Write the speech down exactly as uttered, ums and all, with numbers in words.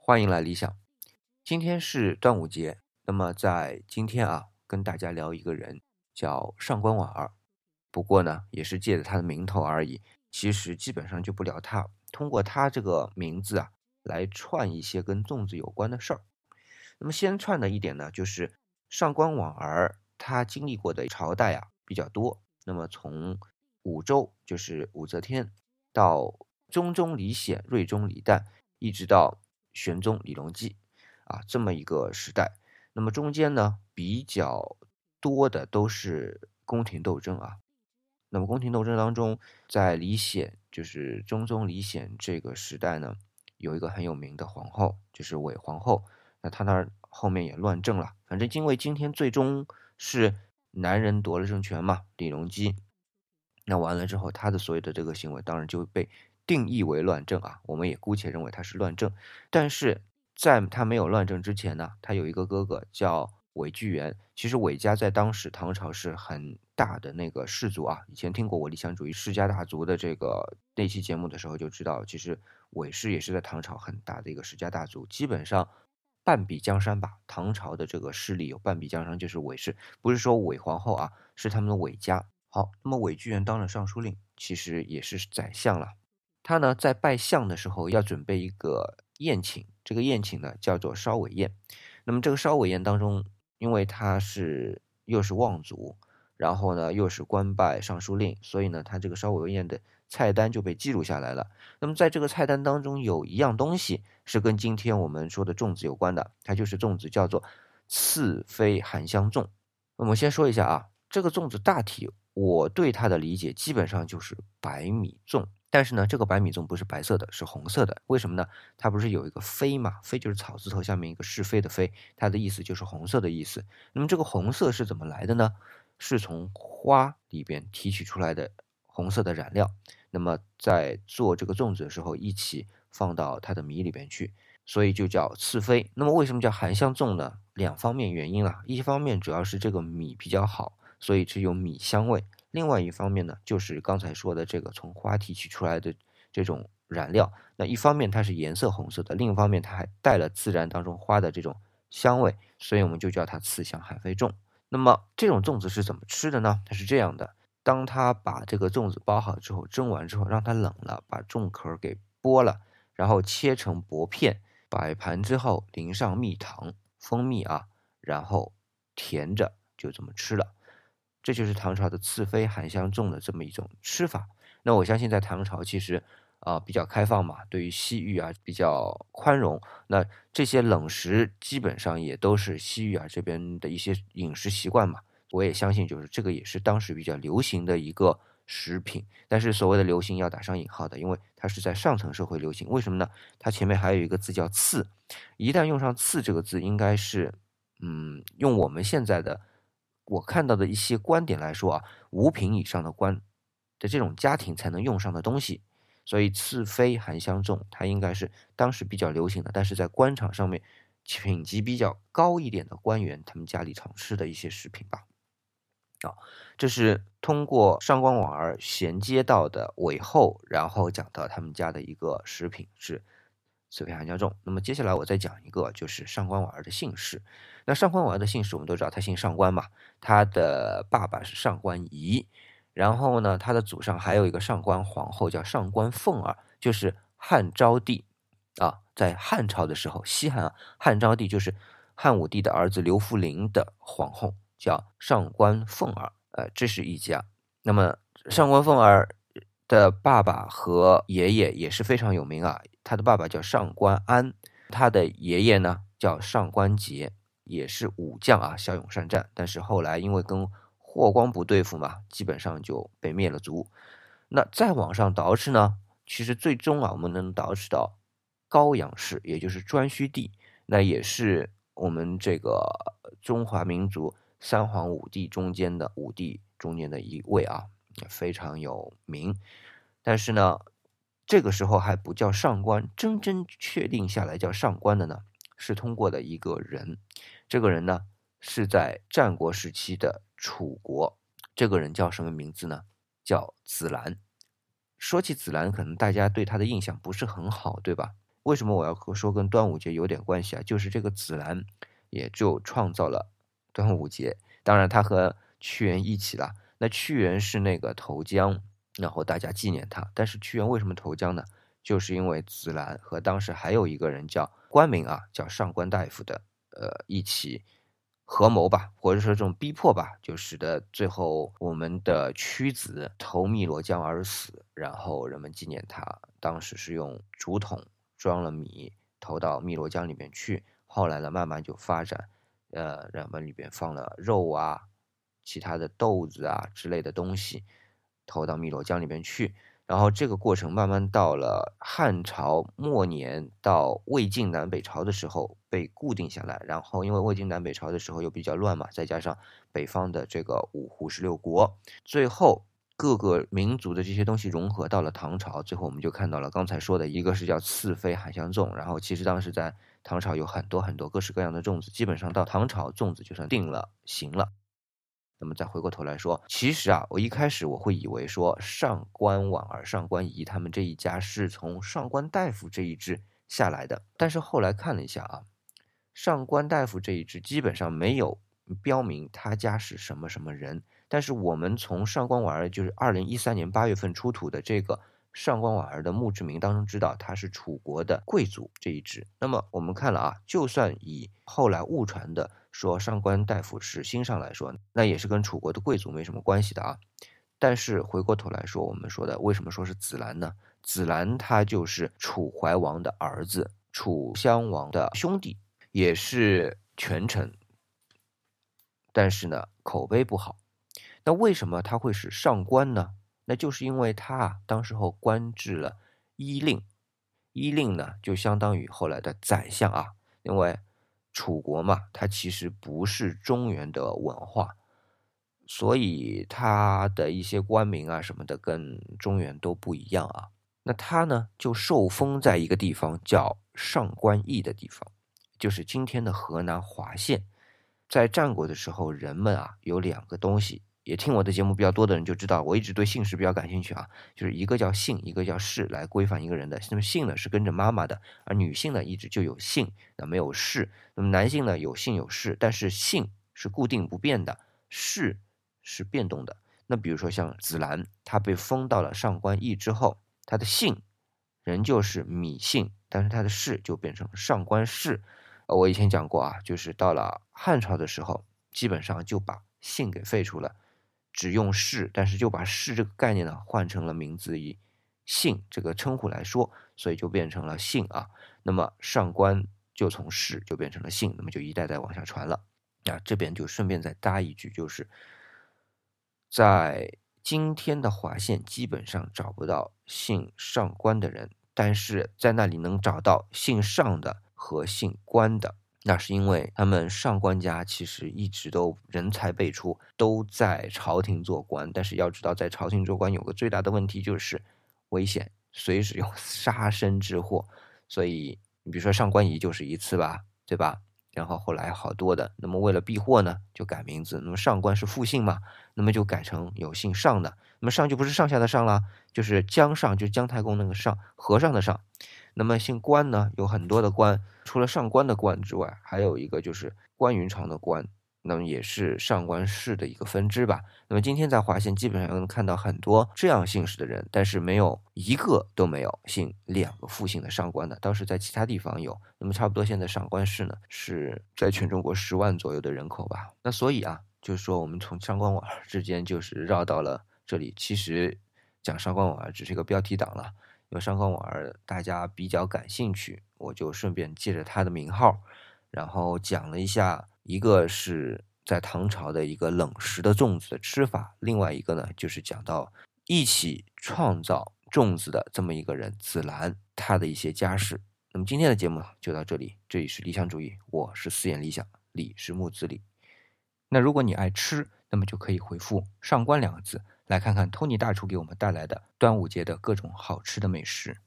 欢迎来理想。今天是端午节，那么在今天啊，跟大家聊一个人，叫上官婉儿。不过呢，也是借着他的名头而已，其实基本上就不聊他。通过他这个名字啊，来串一些跟粽子有关的事儿。那么先串的一点呢，就是上官婉儿他经历过的朝代啊比较多。那么从武周，就是武则天，到中宗李显、睿宗李旦，一直到玄宗李隆基啊，这么一个时代。那么中间呢，比较多的都是宫廷斗争啊。那么宫廷斗争当中，在李显，就是中宗李显这个时代呢，有一个很有名的皇后，就是韦皇后。那她那儿后面也乱政了，反正因为今天最终是男人夺了政权嘛，李隆基。那完了之后，他的所有的这个行为当然就被定义为乱政啊，我们也姑且认为他是乱政。但是在他没有乱政之前呢，他有一个哥哥叫韦巨源。其实韦家在当时唐朝是很大的那个氏族啊，以前听过我理想主义世家大族的这个那期节目的时候就知道，其实韦氏也是在唐朝很大的一个世家大族，基本上半壁江山吧。唐朝的这个势力有半壁江山，就是韦氏，不是说韦皇后啊，是他们的韦家。好，那么韦巨源当了尚书令，其实也是宰相了。他呢在拜相的时候要准备一个宴请，这个宴请呢叫做烧尾宴。那么这个烧尾宴当中，因为他是又是望族，然后呢又是官拜尚书令，所以呢他这个烧尾宴的菜单就被记录下来了。那么在这个菜单当中有一样东西是跟今天我们说的粽子有关的，它就是粽子，叫做刺飞含香粽。那么先说一下啊，这个粽子大体我对它的理解基本上就是白米粽，但是呢，这个白米粽不是白色的，是红色的。为什么呢？它不是有一个飞嘛？飞就是草字头下面一个是非的非，它的意思就是红色的意思。那么这个红色是怎么来的呢？是从花里边提取出来的红色的染料，那么在做这个粽子的时候一起放到它的米里边去，所以就叫刺飞。那么为什么叫含香粽呢？两方面原因啦，一方面主要是这个米比较好，所以只有米香味。另外一方面呢，就是刚才说的这个从花提取出来的这种染料，那一方面它是颜色红色的，另一方面它还带了自然当中花的这种香味，所以我们就叫它刺香含飞粽。那么这种粽子是怎么吃的呢？它是这样的，当它把这个粽子包好之后，蒸完之后让它冷了，把粽壳给剥了，然后切成薄片，摆盘之后淋上蜜糖、蜂蜜啊，然后甜着就这么吃了。这就是唐朝的刺飞含香粽的这么一种吃法。那我相信在唐朝其实啊、呃、比较开放嘛，对于西域啊比较宽容，那这些冷食基本上也都是西域啊这边的一些饮食习惯嘛。我也相信就是这个也是当时比较流行的一个食品，但是所谓的流行要打上引号的，因为它是在上层社会流行。为什么呢？它前面还有一个字叫刺，一旦用上刺这个字，应该是嗯用我们现在的我看到的一些观点来说啊，五品以上的官的这种家庭才能用上的东西，所以刺飞含香粽它应该是当时比较流行的，但是在官场上面品级比较高一点的官员他们家里常吃的一些食品吧。啊，这是通过上官婉儿衔接到的韦后，然后讲到他们家的一个食品是刺飞含香粽。那么接下来我再讲一个，就是上官婉儿的姓氏。那上官婉儿的姓氏我们都知道，他姓上官嘛，他的爸爸是上官仪，然后呢，他的祖上还有一个上官皇后叫上官凤儿，就是汉昭帝啊，在汉朝的时候，西汉啊，汉昭帝就是汉武帝的儿子刘弗陵的皇后，叫上官凤儿，呃，这是一家。那么上官凤儿的爸爸和爷爷也是非常有名啊，他的爸爸叫上官安，他的爷爷呢叫上官桀，也是武将啊，骁勇善战，但是后来因为跟霍光不对付嘛，基本上就被灭了族。那再往上捯饬呢，其实最终啊，我们能捯饬到高阳氏，也就是颛顼帝，那也是我们这个中华民族三皇五帝中间的五帝中间的一位啊，非常有名。但是呢，这个时候还不叫上官，真正确定下来叫上官的呢，是通过的一个人。这个人呢，是在战国时期的楚国。这个人叫什么名字呢？叫子兰。说起子兰，可能大家对他的印象不是很好，对吧？ 为什么我要说跟端午节有点关系啊？就是这个紫兰也就创造了端午节，当然它和屈原一起了。那屈原是那个投江，然后大家纪念他，但是屈原为什么投江呢？就是因为紫兰和当时还有一个人叫官名啊，叫上官大夫的，呃，一起合谋吧，或者说这种逼迫吧，就使得最后我们的屈子投汨罗江而死，然后人们纪念他。当时是用竹筒装了米投到汨罗江里面去，后来呢，慢慢就发展，呃，人们里边放了肉啊、其他的豆子啊之类的东西，投到汨罗江里面去。然后这个过程慢慢到了汉朝末年到魏晋南北朝的时候被固定下来，然后因为魏晋南北朝的时候又比较乱嘛，再加上北方的这个五胡十六国，最后各个民族的这些东西融合到了唐朝，最后我们就看到了刚才说的一个是叫赐妃海相粽，然后其实当时在唐朝有很多很多各式各样的粽子，基本上到唐朝粽子就算定了型了。那么再回过头来说，其实啊，我一开始我会以为说上官婉儿、上官仪他们这一家是从上官大夫这一支下来的，但是后来看了一下啊，上官大夫这一支基本上没有标明他家是什么什么人，但是我们从上官婉儿就是二零一三年八月份出土的这个上官婉儿的墓志铭当中知道他是楚国的贵族这一支。那么我们看了啊，就算以后来误传的说上官大夫是新上来说，那也是跟楚国的贵族没什么关系的啊。但是回过头来说，我们说的为什么说是紫兰呢？紫兰他就是楚怀王的儿子，楚襄王的兄弟，也是权臣，但是呢口碑不好。那为什么他会是上官呢？那就是因为他啊，当时候官至了伊令，伊令呢就相当于后来的宰相啊。因为楚国嘛，它其实不是中原的文化，所以他的一些官名啊什么的跟中原都不一样啊。那他呢就受封在一个地方叫上官邑的地方，就是今天的河南滑县。在战国的时候，人们啊有两个东西，也听我的节目比较多的人就知道，我一直对姓氏比较感兴趣啊，就是一个叫姓，一个叫氏，来规范一个人的。那么姓呢是跟着妈妈的，而女性呢一直就有姓，那没有氏。那么男性呢有姓有氏，但是姓是固定不变的，氏是变动的。那比如说像紫兰，她被封到了上官邑之后，她的姓仍旧是芈姓，但是她的氏就变成了上官氏。我以前讲过啊，就是到了汉朝的时候，基本上就把姓给废除了，只用氏，但是就把氏这个概念呢换成了名字以姓这个称呼来说，所以就变成了姓啊。那么上官就从氏就变成了姓，那么就一代代往下传了。啊，这边就顺便再搭一句，就是在今天的滑县基本上找不到姓上官的人，但是在那里能找到姓上的和姓关的，那是因为他们上官家其实一直都人才辈出，都在朝廷做官。但是要知道，在朝廷做官有个最大的问题就是危险，随时有杀身之祸。所以你比如说上官仪就是一次吧，对吧？然后后来好多的，那么为了避祸呢，就改名字。那么上官是复姓嘛，那么就改成有姓上的。那么上就不是上下的上了，就是姜尚，就是姜太公那个上，和尚的上。那么姓关呢，有很多的关，除了上官的关之外，还有一个就是关云长的关，那么也是上官氏的一个分支吧。那么今天在滑县基本上能看到很多这样姓氏的人，但是没有一个都没有姓两个复姓的上官的，倒是在其他地方有。那么差不多现在上官氏呢是在全中国十万左右的人口吧。那所以啊，就是说我们从上官婉儿之间就是绕到了这里，其实讲上官婉儿只是一个标题党了。因为上官婉儿大家比较感兴趣，我就顺便借着他的名号，然后讲了一下，一个是在唐朝的一个冷食的粽子的吃法，另外一个呢就是讲到一起创造粽子的这么一个人紫兰，他的一些家事。那么今天的节目就到这里，这里是理想主义，我是四眼理想，李是木子李。那如果你爱吃，那么就可以回复上官两个字，来看看托尼大厨给我们带来的端午节的各种好吃的美食。